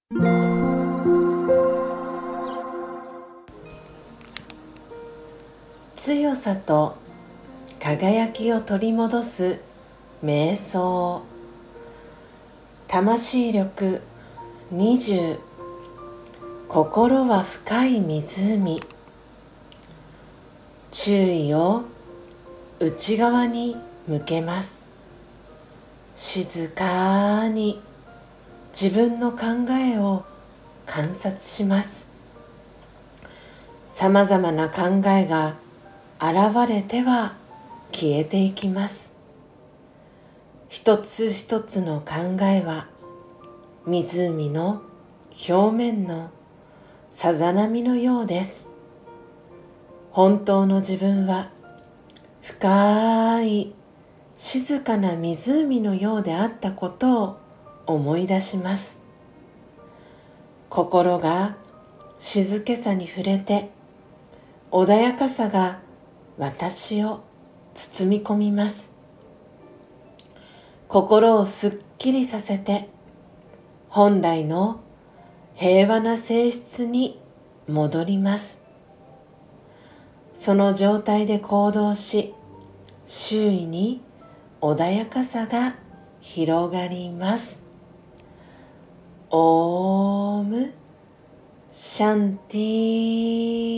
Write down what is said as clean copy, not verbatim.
強さと輝きを取り戻す瞑想。魂力20。心は深い湖。注意を内側に向けます。静かに自分の考えを観察します。さまざまな考えが現れては消えていきます。一つ一つの考えは湖の表面のさざ波のようです。本当の自分は深い静かな湖のようであったことを思い出します。心が静けさに触れて穏やかさが私を包み込みます。心をすっきりさせて本来の平和な性質に戻ります。その状態で行動し、周囲に穏やかさが広がります。オームシャンティー。